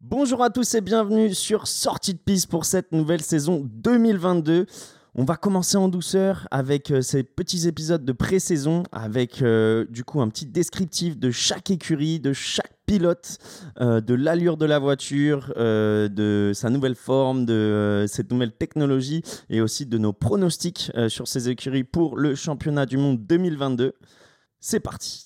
Bonjour à tous et bienvenue sur Sortie de piste pour cette nouvelle saison 2022. On va commencer en douceur avec ces petits épisodes de pré-saison avec du coup un petit descriptif de chaque écurie, de chaque pilote, de l'allure de la voiture, de sa nouvelle forme, de cette nouvelle technologie et aussi de nos pronostics sur ces écuries pour le championnat du monde 2022. C'est parti.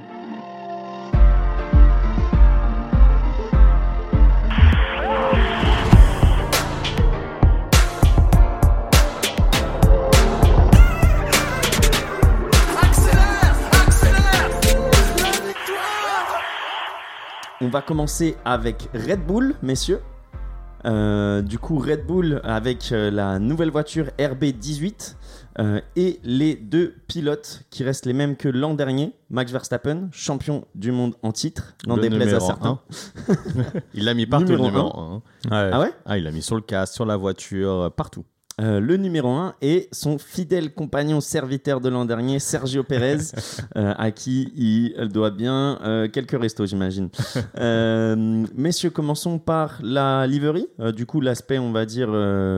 On va commencer avec Red Bull, messieurs. Du coup, Red Bull avec la nouvelle voiture RB18 et les deux pilotes qui restent les mêmes que l'an dernier. Max Verstappen, champion du monde en titre, n'en déplaise à certains. Il l'a mis partout, le numéro 1. Ouais. Ah ouais ? Ah, il l'a mis sur le casque, sur la voiture, partout. Le numéro 1 est son fidèle compagnon serviteur de l'an dernier, Sergio Pérez, à qui il doit bien quelques restos, j'imagine. Messieurs, commençons par la livery. Du coup, l'aspect, on va dire...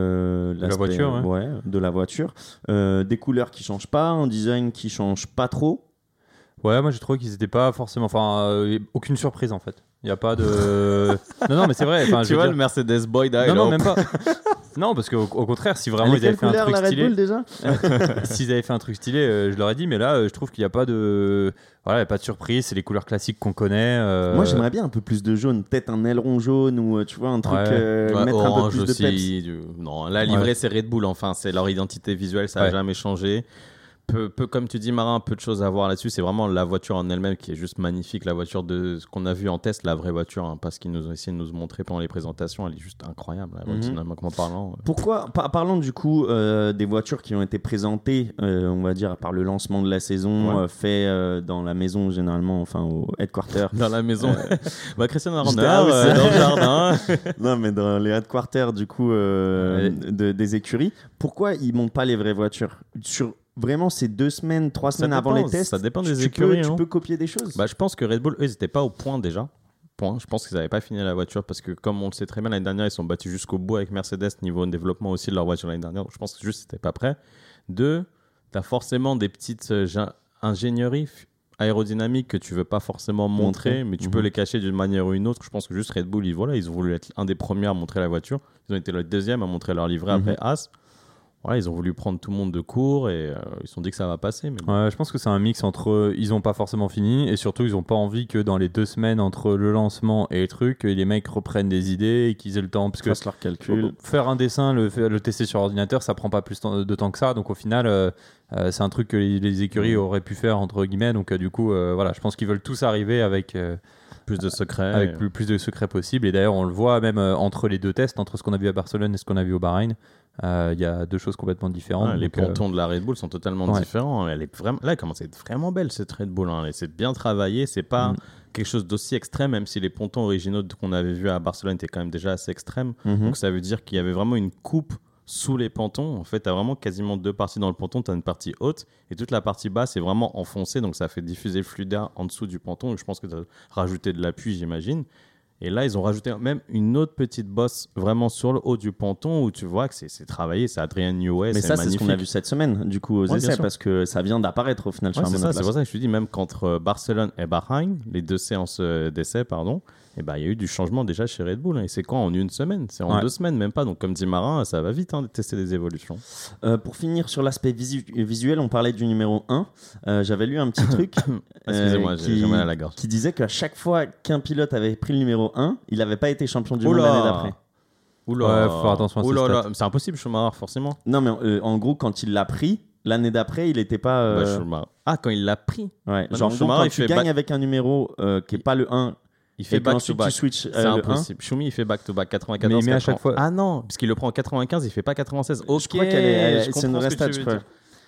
la voiture, ouais, de la voiture. Des couleurs qui ne changent pas, un design qui ne change pas trop. Ouais, moi j'ai trouvé qu'ils n'étaient pas forcément... aucune surprise en fait. Il n'y a pas de... non, mais c'est vrai. Tu vois le Mercedes Boy derrière. Non, même pas. Non, parce qu'au contraire, si vraiment ils avaient fait un truc stylé... la Red Bull déjà s'ils avaient fait un truc stylé, je leur ai dit, mais là, je trouve qu'il n'y a pas de... Voilà, il n'y a pas de surprise, c'est les couleurs classiques qu'on connaît. Moi, j'aimerais bien un peu plus de jaune. Peut-être un aileron jaune ou tu vois, un truc... mettre un peu plus aussi, de peps. Non, la livrée, c'est Red Bull. Enfin, c'est leur identité visuelle, ça n'a jamais changé. Peu, comme tu dis, Marin, peu de choses à voir là-dessus. C'est vraiment la voiture en elle-même qui est juste magnifique. La voiture de ce qu'on a vu en test, la vraie voiture, hein, parce qu'ils nous ont essayé de nous montrer pendant les présentations, elle est juste incroyable, aérodynamiquement parlant. Pourquoi parlons du coup des voitures qui ont été présentées, on va dire, par le lancement de la saison, fait dans la maison généralement, enfin au headquarter. Dans la maison. Christian Horner, dans le jardin. Non, mais dans les headquarters du coup des écuries. Pourquoi ils montent pas les vraies voitures sur vraiment, c'est 2 semaines, 3 semaines avant les tests. Ça dépend des écuries. Tu peux copier des choses. Je pense que Red Bull, eux, ils n'étaient pas au point déjà. Je pense qu'ils n'avaient pas fini la voiture parce que, comme on le sait très bien, l'année dernière, ils sont battus jusqu'au bout avec Mercedes niveau développement aussi de leur voiture l'année dernière. Donc, je pense que juste, ils n'étaient pas prêts. 2, tu as forcément des petites ingénieries aérodynamiques que tu ne veux pas forcément montrer, mais tu peux les cacher d'une manière ou une autre. Je pense que juste Red Bull, ils ont voulu être un des premiers à montrer la voiture. Ils ont été le deuxième à montrer leur livret après As. Voilà, ils ont voulu prendre tout le monde de court et ils se sont dit que ça va passer. Mais bon. Ouais, je pense que c'est un mix entre ils n'ont pas forcément fini et surtout ils n'ont pas envie que dans les 2 semaines entre le lancement et le truc, les mecs reprennent des idées et qu'ils aient le temps. Parce que fassent leurs calculs. Faire un dessin, le tester sur ordinateur, ça prend pas plus de temps que ça. Donc au final, c'est un truc que les écuries auraient pu faire entre guillemets. Donc du coup, voilà, je pense qu'ils veulent tous arriver avec... plus de secrets. Avec plus de secrets possible. Et d'ailleurs, on le voit même entre les 2 tests, entre ce qu'on a vu à Barcelone et ce qu'on a vu au Bahreïn. Il y a 2 choses complètement différentes. Les pontons de la Red Bull sont totalement différents. Elle est vraiment... Là, elle commence à être vraiment belle, cette Red Bull. C'est bien travaillé. C'est pas quelque chose d'aussi extrême, même si les pontons originaux qu'on avait vus à Barcelone étaient quand même déjà assez extrêmes. Donc, ça veut dire qu'il y avait vraiment une coupe sous les pontons. En fait, tu as vraiment quasiment 2 parties dans le ponton. Tu as une partie haute et toute la partie basse est vraiment enfoncée. Donc, ça fait diffuser le flux d'air en dessous du ponton. Donc, je pense que tu as rajouté de l'appui, j'imagine. Et là, ils ont rajouté même une autre petite bosse vraiment sur le haut du ponton où tu vois que c'est travaillé, c'est Adrian Newey. Mais c'est ça, magnifique. c'est ce qu'on a vu cette semaine, du coup, aux essais, parce que ça vient d'apparaître au final sur la monoplace. C'est pour ça que je te dis, même qu'entre Barcelone et Bahreïn, les 2 séances d'essais, il y a eu du changement déjà chez Red Bull. Et c'est quoi en 1 semaine ? C'est en 2 semaines, même pas. Donc, comme dit Marin, ça va vite de tester des évolutions. Pour finir sur l'aspect visuel, on parlait du numéro 1. J'avais lu un petit truc excusez-moi, j'ai mal à la gorge. Qui disait qu'à chaque fois qu'un pilote avait pris le numéro 1, il n'avait pas été champion du monde l'année d'après. Oula, faut faire attention à ces stats. C'est impossible, Schumacher, forcément. Non, mais en gros, quand il l'a pris, l'année d'après, il n'était pas... quand il l'a pris. Ouais, genre, quand tu gagnes avec un numéro qui n'est pas le 1... Il fait back-to-back. C'est impossible. Schumi, il fait back-to-back 94. Mais il met à chaque fois. Ah non, parce qu'il le prend en 95, il fait pas 96. Je crois c'est une restade, je crois.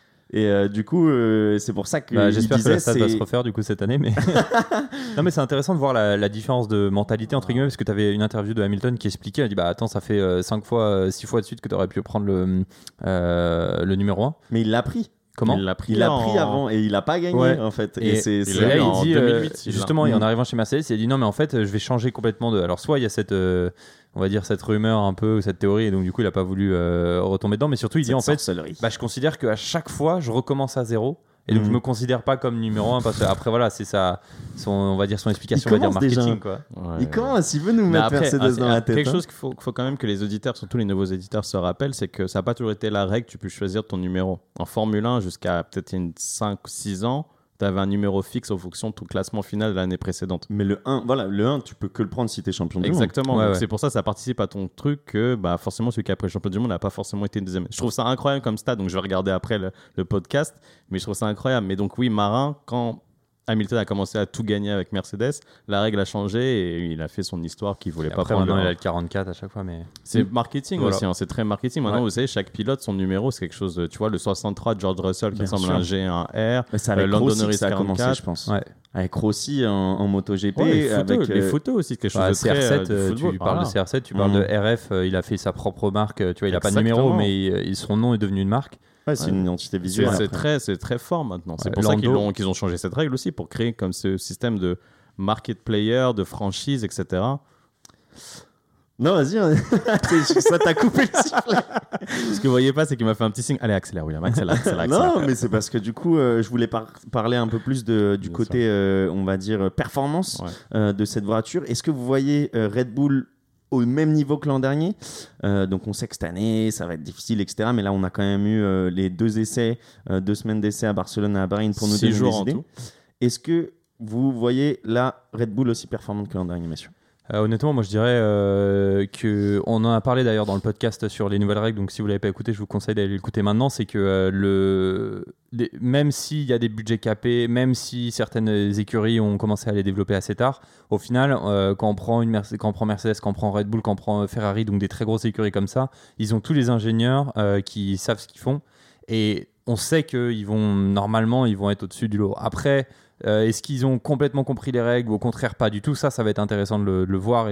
Et du coup, c'est pour ça que j'espère que la stade va se refaire du coup cette année. Mais non, mais c'est intéressant de voir la différence de mentalité entre guillemets, parce que tu avais une interview de Hamilton qui expliquait, elle dit attends, ça fait 6 fois de suite que tu aurais pu prendre le numéro 1. Mais il l'a pris. Comment ? Il l'a pris avant et il n'a pas gagné en fait. Et là, il dit 2008, justement, et en arrivant chez Mercedes, il a dit non, mais en fait, je vais changer complètement de. Alors, soit il y a cette, on va dire, cette rumeur un peu, cette théorie, et donc du coup, il n'a pas voulu retomber dedans, mais surtout, il dit en fait, je considère qu'à chaque fois, je recommence à zéro. Et donc je me considère pas comme numéro 1 parce que après voilà c'est on va dire son explication, on va dire marketing quoi. Il commence, il veut nous mettre Mercedes dans la tête. Quelque chose qu'il faut quand même que les auditeurs, surtout les nouveaux éditeurs, se rappellent, c'est que ça n'a pas toujours été la règle, tu peux choisir ton numéro. En Formule 1 jusqu'à peut-être 5-6 ans, tu avais un numéro fixe en fonction de ton classement final de l'année précédente. Mais le 1, tu peux que le prendre si tu es champion du monde. Exactement. C'est pour ça ça participe à ton truc que forcément celui qui a pris le champion du monde n'a pas forcément été une deuxième. Je trouve ça incroyable comme stat, donc je vais regarder après le podcast, mais je trouve ça incroyable. Mais donc oui, Marin, quand Hamilton a commencé à tout gagner avec Mercedes, la règle a changé et il a fait son histoire qu'il voulait pas prendre. Maintenant, il a le 44 à chaque fois, mais c'est marketing aussi, c'est très marketing. Maintenant, vous savez, chaque pilote, son numéro, c'est quelque chose. Tu vois, le 63 de George Russell qui ressemble à un G, un R. C'est avec Rossi que ça a commencé, je pense. Avec Rossi en MotoGP, les photos aussi, quelque chose de très CR7. Tu parles de CR7, tu parles de RF. Il a fait sa propre marque. Tu vois, il a pas de numéro, mais son nom est devenu une marque. C'est une identité visuelle. C'est très fort maintenant. C'est pour ça qu'ils ont changé cette règle aussi, pour créer comme ce système de market player, de franchise, etc. Non, vas-y, ça t'a coupé le sifflet. Ce que vous voyez pas, c'est qu'il m'a fait un petit signe. Allez, accélère, William, accélère. Non, mais c'est parce que du coup, je voulais parler un peu plus du côté, on va dire, performance de cette voiture. Est-ce que vous voyez Red Bull au même niveau que l'an dernier? Donc on sait que cette année ça va être difficile, etc. Mais là on a quand même eu les 2 essais, 2 semaines d'essais à Barcelone et à Bahreïn pour nous donner des idées. Est-ce que vous voyez la Red Bull aussi performante que l'an dernier, messieurs? Honnêtement, moi je dirais qu'on en a parlé d'ailleurs dans le podcast sur les nouvelles règles, donc si vous ne l'avez pas écouté, je vous conseille d'aller l'écouter maintenant. C'est que même s'il y a des budgets capés, même si certaines écuries ont commencé à les développer assez tard, au final, quand on prend Mercedes, quand on prend Red Bull, quand on prend Ferrari, donc des très grosses écuries comme ça, ils ont tous les ingénieurs qui savent ce qu'ils font et on sait qu'ils vont être au-dessus du lot. Après, est-ce qu'ils ont complètement compris les règles ou au contraire pas du tout? Ça va être intéressant de le voir et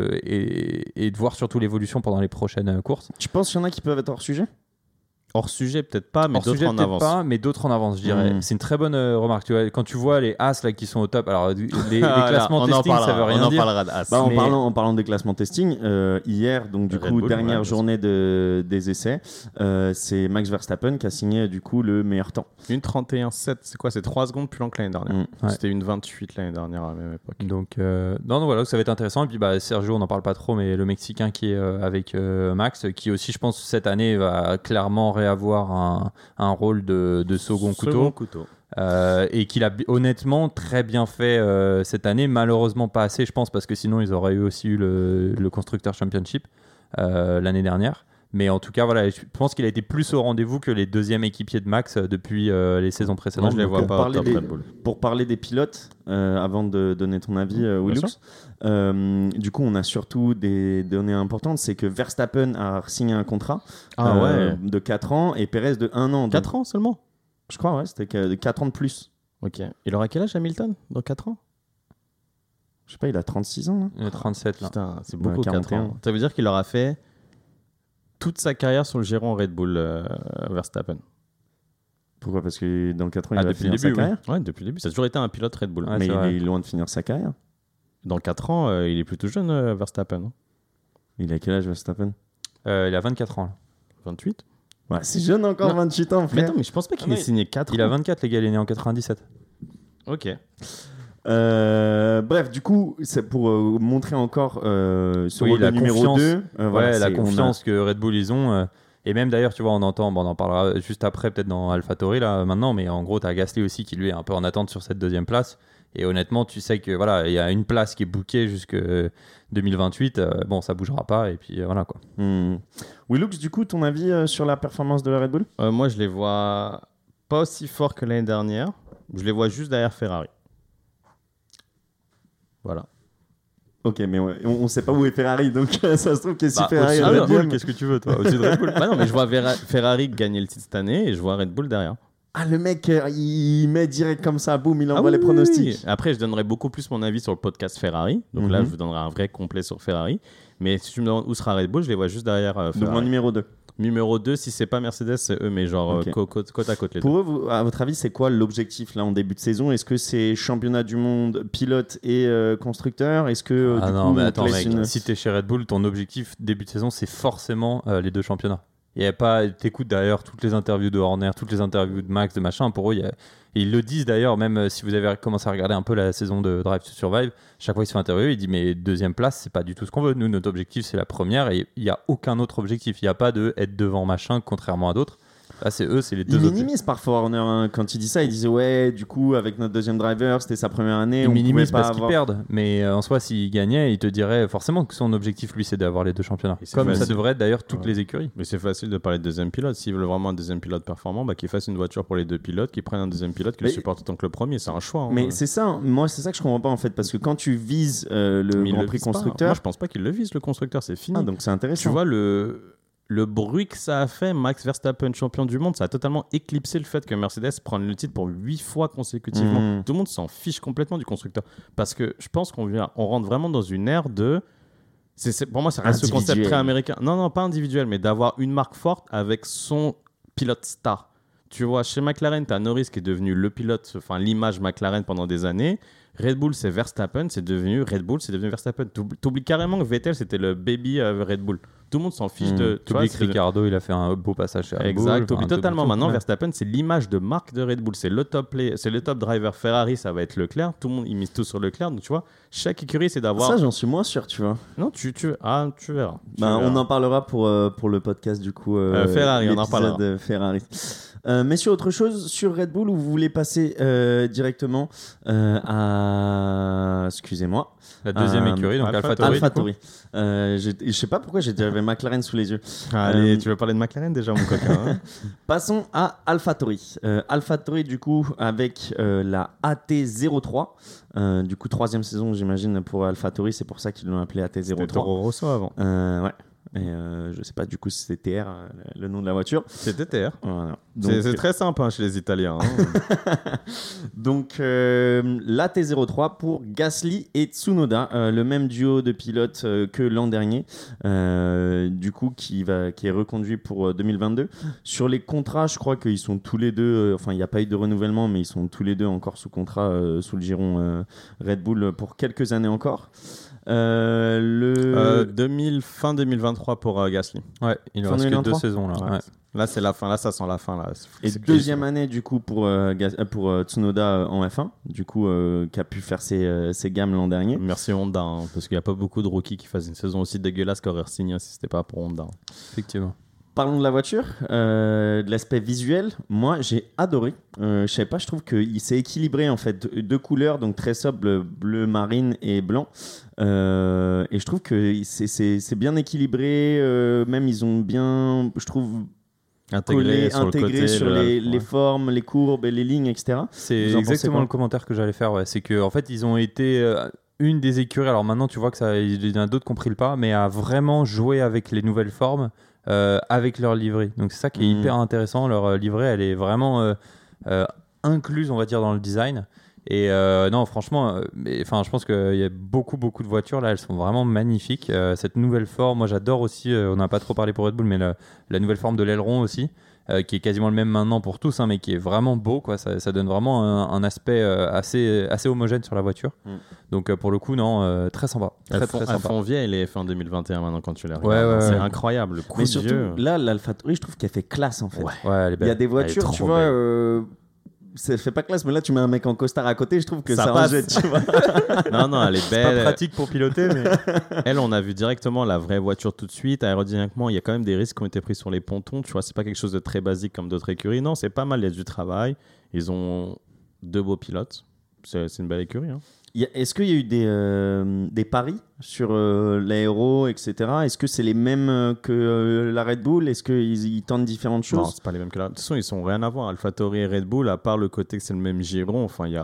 de voir surtout l'évolution pendant les prochaines courses. Tu penses qu'il y en a qui peuvent être hors sujet? Hors sujet, peut-être pas, mais d'autres en avance. Mais d'autres en avance, je dirais. C'est une très bonne remarque. Tu vois, quand tu vois les As là, qui sont au top, alors les classements testing, ça veut rien dire. On en parlera d'As. En parlant des classements testing, hier, donc du coup, dernière journée des essais, c'est Max Verstappen qui a signé du coup le meilleur temps. Une 31,7, c'est quoi? C'est 3 secondes plus lent que l'année dernière. C'était une 28 l'année dernière à la même époque. Donc, non, voilà, ça va être intéressant. Et puis Sergio, on n'en parle pas trop, mais le Mexicain qui est avec Max, qui aussi, je pense, cette année va clairement avoir un rôle de second couteau. Et qu'il a honnêtement très bien fait cette année, malheureusement pas assez, je pense, parce que sinon ils auraient aussi eu le Constructor Championship l'année dernière. Mais en tout cas, voilà, je pense qu'il a été plus au rendez-vous que les deuxièmes équipiers de Max depuis les saisons précédentes. Moi, je les vois pas pour parler des pilotes, avant de donner ton avis, Willux, du coup, on a surtout des données importantes. C'est que Verstappen a signé un contrat de 4 ans et Perez de 1 an. 4 ans seulement? Je crois, ouais, c'était 4 ans de plus. Ok. Il aura quel âge, Hamilton, dans 4 ans? Je sais pas, il a 36 ans. Là. Il a 37 là. Putain, c'est beaucoup, 4 ans. Ça veut dire qu'il aura fait toute sa carrière sur le giron Red Bull, Verstappen. Pourquoi? Parce que dans 4 ans, il va finir sa carrière. Ouais, depuis le début. Ça a toujours été un pilote Red Bull. Ouais, mais il est loin de finir sa carrière. Dans 4 ans, il est plutôt jeune, Verstappen. Il a quel âge, Verstappen? Il a 24 ans. Là. 28? Ouais, c'est jeune encore, 28 ans, frère. Mais non, mais je pense pas qu'il ait signé 4 ans. Il a 24, les gars, il est né en 97. Ok. Bref, du coup, c'est pour montrer encore sur le numéro 2. La confiance que Red Bull ils ont. Et même d'ailleurs, tu vois, on en parlera juste après, peut-être dans AlphaTauri là maintenant, mais en gros, tu as Gasly aussi qui lui est un peu en attente sur cette deuxième place. Et honnêtement, tu sais que voilà, il y a une place qui est bookée jusque 2028. Bon, ça bougera pas. Et puis voilà quoi. Willux, du coup, ton avis sur la performance de la Red Bull? Moi, je les vois pas aussi forts que l'année dernière. Je les vois juste derrière Ferrari. Voilà. Ok, mais on sait pas où est Ferrari, donc ça se trouve que si Ferrari est Red Bull, qu'est-ce que tu veux toi? Au-dessus de Red Bull? Non, mais je vois Ferrari gagner le titre cette année et je vois Red Bull derrière. Ah, le mec, il met direct comme ça, boum, il envoie les pronostics. Oui. Après, je donnerai beaucoup plus mon avis sur le podcast Ferrari. Donc là, je vous donnerai un vrai complet sur Ferrari. Mais si tu me demandes où sera Red Bull, je les vois juste derrière Ferrari. Donc mon numéro 2. Numéro 2, si c'est pas Mercedes, c'est eux, mais genre côte à côte les deux. Pour eux, à votre avis, c'est quoi l'objectif là en début de saison? Est-ce que c'est championnat du monde, pilote et constructeur? Est-ce que mais attends, mec, si t'es chez Red Bull, ton objectif début de saison, c'est forcément les 2 championnats. Il y a pas, t'écoutes d'ailleurs toutes les interviews de Horner, toutes les interviews de Max, de machin. Pour eux, ils le disent d'ailleurs, même si vous avez commencé à regarder un peu la saison de Drive to Survive, chaque fois qu'ils se font interviewer, il dit mais 2e place, c'est pas du tout ce qu'on veut. Nous, notre objectif, c'est la première et il y a aucun autre objectif. Il y a pas de être devant machin, contrairement à d'autres. Là, c'est les 2 objectifs. Il minimise parfois Horner hein. Quand il dit ça, il disait ouais, du coup, avec notre 2e driver, c'était sa première année. Il minimise parce qu'ils perdent, mais en soi, s'il gagnait, il te dirait forcément que son objectif, lui, c'est d'avoir les 2 championnats. Comme facile. Ça devrait être d'ailleurs toutes les écuries. Mais c'est facile de parler de 2e pilote. S'ils veulent vraiment un 2e pilote performant, qu'il fasse une voiture pour les 2 pilotes, qu'ils prennent un 2e pilote qui le supporte autant que le premier. C'est un choix. Hein. Mais c'est ça, moi, c'est ça que je comprends pas en fait, parce que quand tu vises le Grand Prix constructeur. Moi, je pense pas qu'il le vise, le constructeur, c'est fini. Ah, donc c'est intéressant. Tu vois, le bruit que ça a fait, Max Verstappen, champion du monde, ça a totalement éclipsé le fait que Mercedes prenne le titre pour 8 fois consécutivement. Tout le monde s'en fiche complètement du constructeur. Parce que je pense qu'on rentre vraiment dans une ère de... pour moi, ça reste ce concept très américain. Non, pas individuel, mais d'avoir une marque forte avec son pilote star. Tu vois, chez McLaren, tu as Norris qui est devenu le pilote, enfin l'image McLaren pendant des années. Red Bull, c'est Verstappen, c'est devenu Red Bull, c'est devenu Verstappen. T'oublies carrément que Vettel, c'était le baby Red Bull. Tout le monde s'en fiche de... T'oublies que Ricardo, il a fait un beau passage chez Red Bull. Exact, t'oublies totalement. Maintenant, Verstappen, c'est l'image de marque de Red Bull. C'est le top driver. Ferrari, ça va être Leclerc. Tout le monde, il mise tout sur Leclerc. Donc, tu vois, chaque écurie, c'est d'avoir... Ça, j'en suis moins sûr, tu vois. Non, tu verras. On en parlera pour le podcast, du coup. Ferrari, on en parlera. Ferrari. Messieurs, autre chose sur Red Bull, ou vous voulez passer directement à... Excusez-moi. La 2e écurie, donc AlphaTauri. Je sais pas pourquoi j'avais McLaren sous les yeux. Allez, tu veux parler de McLaren déjà, mon coquin hein. Passons à AlphaTauri. AlphaTauri, du coup, avec la AT03. Du coup, 3e saison, j'imagine, pour AlphaTauri. C'est pour ça qu'ils l'ont appelé AT03. C'était Toro Rosso avant. Ouais. Et je sais pas du coup si c'était TR le nom de la voiture. C'était TR. Voilà. C'est très simple chez les Italiens. Hein. Donc la T03 pour Gasly et Tsunoda, le même duo de pilotes que l'an dernier, du coup qui est reconduit pour 2022. Sur les contrats, je crois qu'ils sont tous les deux, enfin il n'y a pas eu de renouvellement, mais ils sont tous les deux encore sous contrat sous le giron Red Bull pour quelques années encore. Fin 2023 pour Gasly. Ouais, il ne reste que 2 saisons là. Ouais. Là, c'est la fin. Là, ça sent la fin. Là. Et 2e année du coup pour Tsunoda en F1, du coup qui a pu faire ses gammes l'an dernier. Merci Honda, hein, parce qu'il n'y a pas beaucoup de rookies qui fassent une saison aussi dégueulasse qu'aurait signé si c'était pas pour Honda. Effectivement. Parlons de la voiture, de l'aspect visuel. Moi, j'ai adoré. Je sais pas, je trouve qu'il s'est équilibré en fait, 2 couleurs, donc très sobre, bleu marine et blanc. Et je trouve que c'est bien équilibré. Même ils ont bien, je trouve, intégré sur les formes, les courbes et les lignes, etc. C'est exactement le commentaire que j'allais faire. Ouais. C'est qu'en fait, ils ont été une des écuries. Alors maintenant, tu vois qu'il y en a d'autres qui ont pris le pas, mais à vraiment jouer avec les nouvelles formes. Avec leur livrée. Donc c'est ça qui est hyper intéressant. Leur livrée, elle est vraiment incluse, on va dire, dans le design. Et non, franchement, je pense qu'il y a beaucoup de voitures là, elles sont vraiment magnifiques. Cette nouvelle forme, moi j'adore aussi. On n'a pas trop parlé pour Red Bull, mais la nouvelle forme de l'aileron aussi. Qui est quasiment le même maintenant pour tous, hein, mais qui est vraiment beau, quoi. Ça donne vraiment un aspect assez homogène sur la voiture. Donc pour le coup, non, très sympa. Très sympa. Elles font vieilles les F1 2021 maintenant quand tu les regardes. C'est incroyable, le coup mais de surtout, vieux. Là, l'AlphaTauri, je trouve qu'elle fait classe en fait. Ouais, elle est belle. Il y a des voitures, tu vois... ça fait pas classe, mais là tu mets un mec en costard à côté, je trouve que ça rejette, tu vois. non, elle est belle. C'est pas pratique pour piloter, mais elle, on a vu directement la vraie voiture tout de suite. Aérodynamiquement, il y a quand même des risques qui ont été pris sur les pontons, tu vois. C'est pas quelque chose de très basique comme d'autres écuries. Non, c'est pas mal, il y a du travail. Ils ont 2 beaux pilotes. C'est une belle écurie. Hein. Est-ce qu'il y a eu des paris sur l'aéro, etc. Est-ce que c'est les mêmes que la Red Bull? Est-ce qu'ils tentent différentes choses? Non, c'est pas les mêmes que la... De toute façon, ils sont rien à voir. AlphaTauri et Red Bull, à part le côté que c'est le même giron, enfin, il y a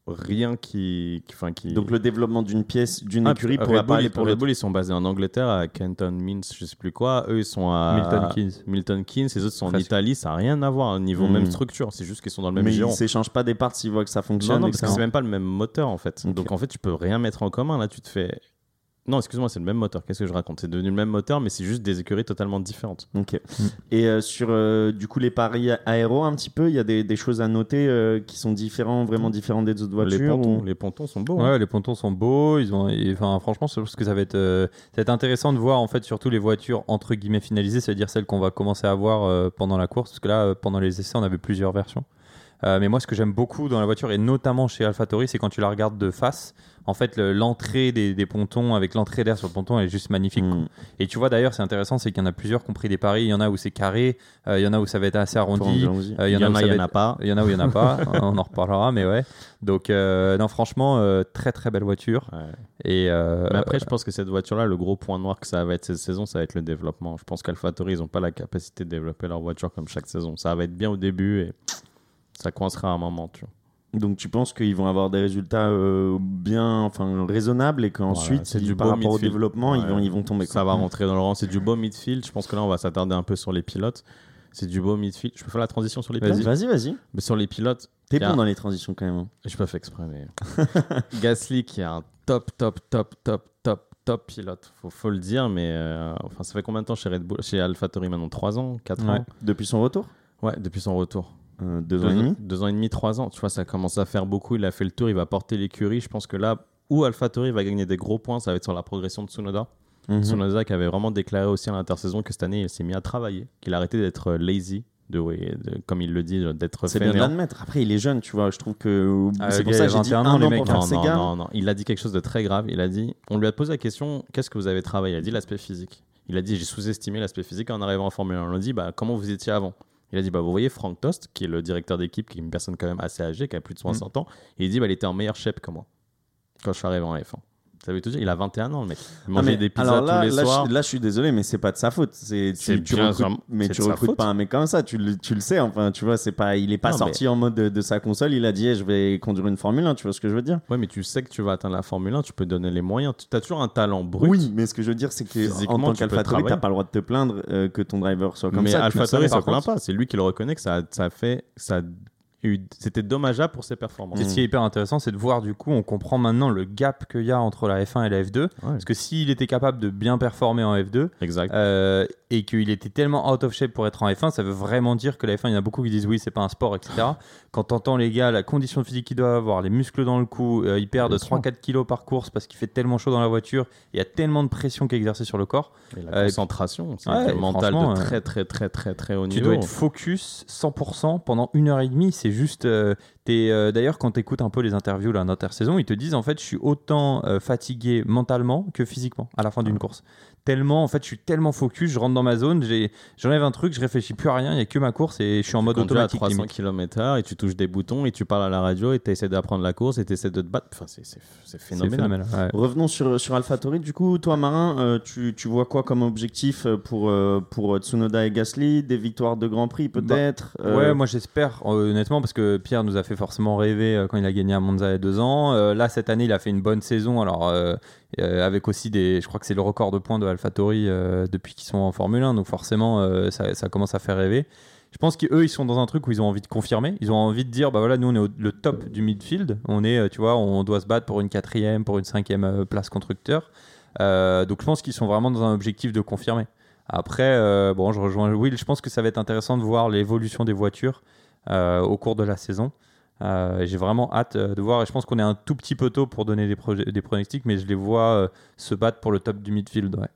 rien Donc le développement d'une pièce, d'une écurie pourrait pas aller pour Red Bull, ils sont basés en Angleterre à Kenton Means, je sais plus quoi. Eux, ils sont à Milton Keynes. Les autres sont en Italie. Ça n'a rien à voir au niveau même structure. C'est juste qu'ils sont dans le même giron. Mais ils s'échangent pas des parts s'ils voient que ça fonctionne. Non, parce que c'est même pas le même moteur en fait. Donc en fait, tu peux rien mettre en commun. Là, tu te fais. Non, excuse-moi, c'est le même moteur. Qu'est-ce que je raconte ? C'est devenu le même moteur, mais c'est juste des écuries totalement différentes. Ok. Et sur du coup les paris aéro un petit peu, il y a des choses à noter qui sont vraiment différentes des autres voitures. Les pontons sont beaux. Ouais, les pontons sont beaux. Franchement, je pense que ça va être intéressant de voir en fait surtout les voitures entre guillemets finalisées, c'est-à-dire celles qu'on va commencer à voir pendant la course, parce que là, pendant les essais, on avait plusieurs versions. Mais moi, ce que j'aime beaucoup dans la voiture, et notamment chez AlphaTauri, c'est quand tu la regardes de face. En fait, l'entrée des pontons, avec l'entrée d'air sur le ponton, elle est juste magnifique. Et tu vois, d'ailleurs, c'est intéressant, c'est qu'il y en a plusieurs qui ont pris des paris. Il y en a où c'est carré, il y en a où ça va être assez arrondi. Il y en a où il n'y en a pas. Il y en a où il n'y en a pas. On en reparlera, mais ouais. Donc, non, franchement, très très belle voiture. Ouais. Mais après, je pense que cette voiture-là, le gros point noir que ça va être cette saison, ça va être le développement. Je pense qu'AlphaTauri, ils n'ont pas la capacité de développer leur voiture comme chaque saison. Ça va être bien au début et ça coincera à un moment, tu vois. Donc tu penses qu'ils vont avoir des résultats raisonnables et qu'ensuite, par rapport au développement, ils vont tomber. Ça va rentrer dans le rang. C'est du beau midfield. Je pense que là, on va s'attarder un peu sur les pilotes. C'est du beau midfield. Je peux faire la transition sur les pilotes ? Vas-y. Mais sur les pilotes... T'es bon dans les transitions quand même. Je peux faire exprès, mais... Gasly qui est un top pilote. Faut le dire, mais... ça fait combien de temps chez Red Bull, chez AlphaTauri maintenant ? 3 ans, 4 ans ? Depuis son retour ? Ouais, depuis son retour. 2 ans et demi ? 2 ans et demi, 3 ans. Tu vois, ça commence à faire beaucoup. Il a fait le tour, il va porter l'écurie. Je pense que là où AlphaTauri va gagner des gros points, ça va être sur la progression de Tsunoda. Tsunoda qui avait vraiment déclaré aussi à l'intersaison que cette année, il s'est mis à travailler, qu'il a arrêté d'être lazy, comme il le dit, d'être c'est fainéant. Bien de l'admettre. Après, il est jeune, tu vois. Je trouve que c'est pour ça que j'ai dit 1 an les mecs, pour faire ses gars. Non. Il a dit quelque chose de très grave. Il a dit, on lui a posé la question, qu'est-ce que vous avez travaillé ? Il a dit l'aspect physique. Il a dit, j'ai sous-estimé l'aspect physique en arrivant en Formule 1. On lui a dit, comment vous étiez avant ? Il a dit, vous voyez Frank Tost, qui est le directeur d'équipe, qui est une personne quand même assez âgée, qui a plus de 60 ans, et il dit, il était en meilleur shape que moi quand je suis arrivé en F1. Ça veut tout dire, il a 21 ans le mec. Il mangeait des pizzas tous les soirs. Là, je suis désolé, mais c'est pas de sa faute. Tu recrutes pas un mec comme ça, tu le sais. Enfin, tu vois, il est pas sorti en mode de sa console. Il a dit, je vais conduire une Formule 1. Tu vois ce que je veux dire ? Ouais, mais tu sais que tu vas atteindre la Formule 1, tu peux donner les moyens. Tu as toujours un talent brut. Oui, mais ce que je veux dire, c'est que en tant qu'AlphaTauri, t'as pas le droit de te plaindre que ton driver soit comme ça. Mais AlphaTauri, ça ne plaint pas. C'est lui qui le reconnaît que ça c'était dommageable pour ses performances. Et ce qui est hyper intéressant, c'est de voir du coup, on comprend maintenant le gap qu'il y a entre la F1 et la F2. Parce que s'il était capable de bien performer en F2 et qu'il était tellement out of shape pour être en F1, ça veut vraiment dire que la F1, il y en a beaucoup qui disent oui, c'est pas un sport, etc. Quand t'entends les gars, la condition physique qu'ils doivent avoir, les muscles dans le cou, ils perdent 3-4 kilos par course parce qu'il fait tellement chaud dans la voiture, il y a tellement de pression qui est exercée sur le corps. Et la concentration, c'est un mental de très très très très très haut niveau. Tu dois être focus 100% pendant 1h30. C'est juste d'ailleurs quand tu écoutes un peu les interviews là, d'intersaison, ils te disent en fait je suis autant fatigué mentalement que physiquement à la fin d'une course. Tellement en fait je suis tellement focus, je rentre dans ma zone, j'enlève un truc, je réfléchis plus à rien, il n'y a que ma course et je suis en mode automatique. Tu conduis à 300 km/h et tu touches des boutons et tu parles à la radio et tu essaies d'apprendre la course et tu essaies de te battre. Enfin, c'est phénoménal. Ouais. Revenons sur AlphaTauri. Du coup, toi Marin, tu vois quoi comme objectif pour Tsunoda et Gasly ? Des victoires de Grand Prix peut-être Ouais, moi j'espère honnêtement parce que Pierre nous a fait forcément rêver quand il a gagné à Monza il y a 2 ans. Là cette année il a fait une bonne saison. Alors avec aussi je crois que c'est le record de points de AlphaTauri depuis qu'ils sont en Formule 1, donc forcément ça commence à faire rêver. Je pense qu'eux ils sont dans un truc où ils ont envie de confirmer, ils ont envie de dire voilà, nous on est le top du midfield, on est tu vois, on doit se battre pour une 4e, pour une 5e place constructeur, donc je pense qu'ils sont vraiment dans un objectif de confirmer. Après je rejoins Will, je pense que ça va être intéressant de voir l'évolution des voitures au cours de la saison. J'ai vraiment hâte de voir, et je pense qu'on est un tout petit peu tôt pour donner des pronostics, mais je les vois se battre pour le top du midfield. Ouais.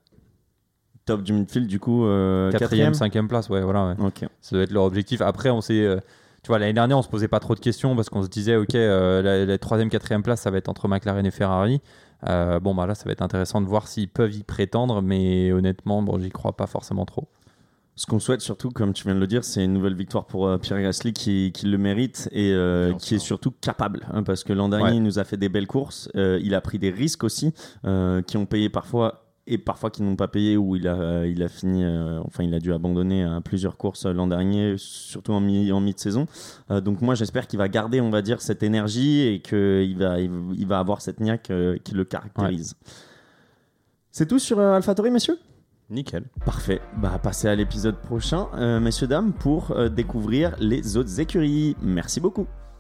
Top du midfield, du coup 4e, 5e place, voilà. Okay. Ça doit être leur objectif. Après, on s'est, tu vois, l'année dernière, on se posait pas trop de questions parce qu'on se disait, ok, la 3e, 4e place, ça va être entre McLaren et Ferrari. Là, ça va être intéressant de voir s'ils peuvent y prétendre, mais honnêtement, j'y crois pas forcément trop. Ce qu'on souhaite surtout, comme tu viens de le dire, c'est une nouvelle victoire pour Pierre Gasly qui le mérite et qui est surtout capable. Parce que l'an dernier, il nous a fait des belles courses. Il a pris des risques aussi qui ont payé parfois et parfois qui n'ont pas payé, où il a fini, il a dû abandonner plusieurs courses l'an dernier, surtout en mi-saison. Donc moi j'espère qu'il va garder, on va dire, cette énergie et qu'il va avoir cette niaque qui le caractérise. Ouais. C'est tout sur AlphaTauri, messieurs ? Nickel. Parfait. Passez à l'épisode prochain, messieurs, dames, pour découvrir les autres écuries. Merci beaucoup.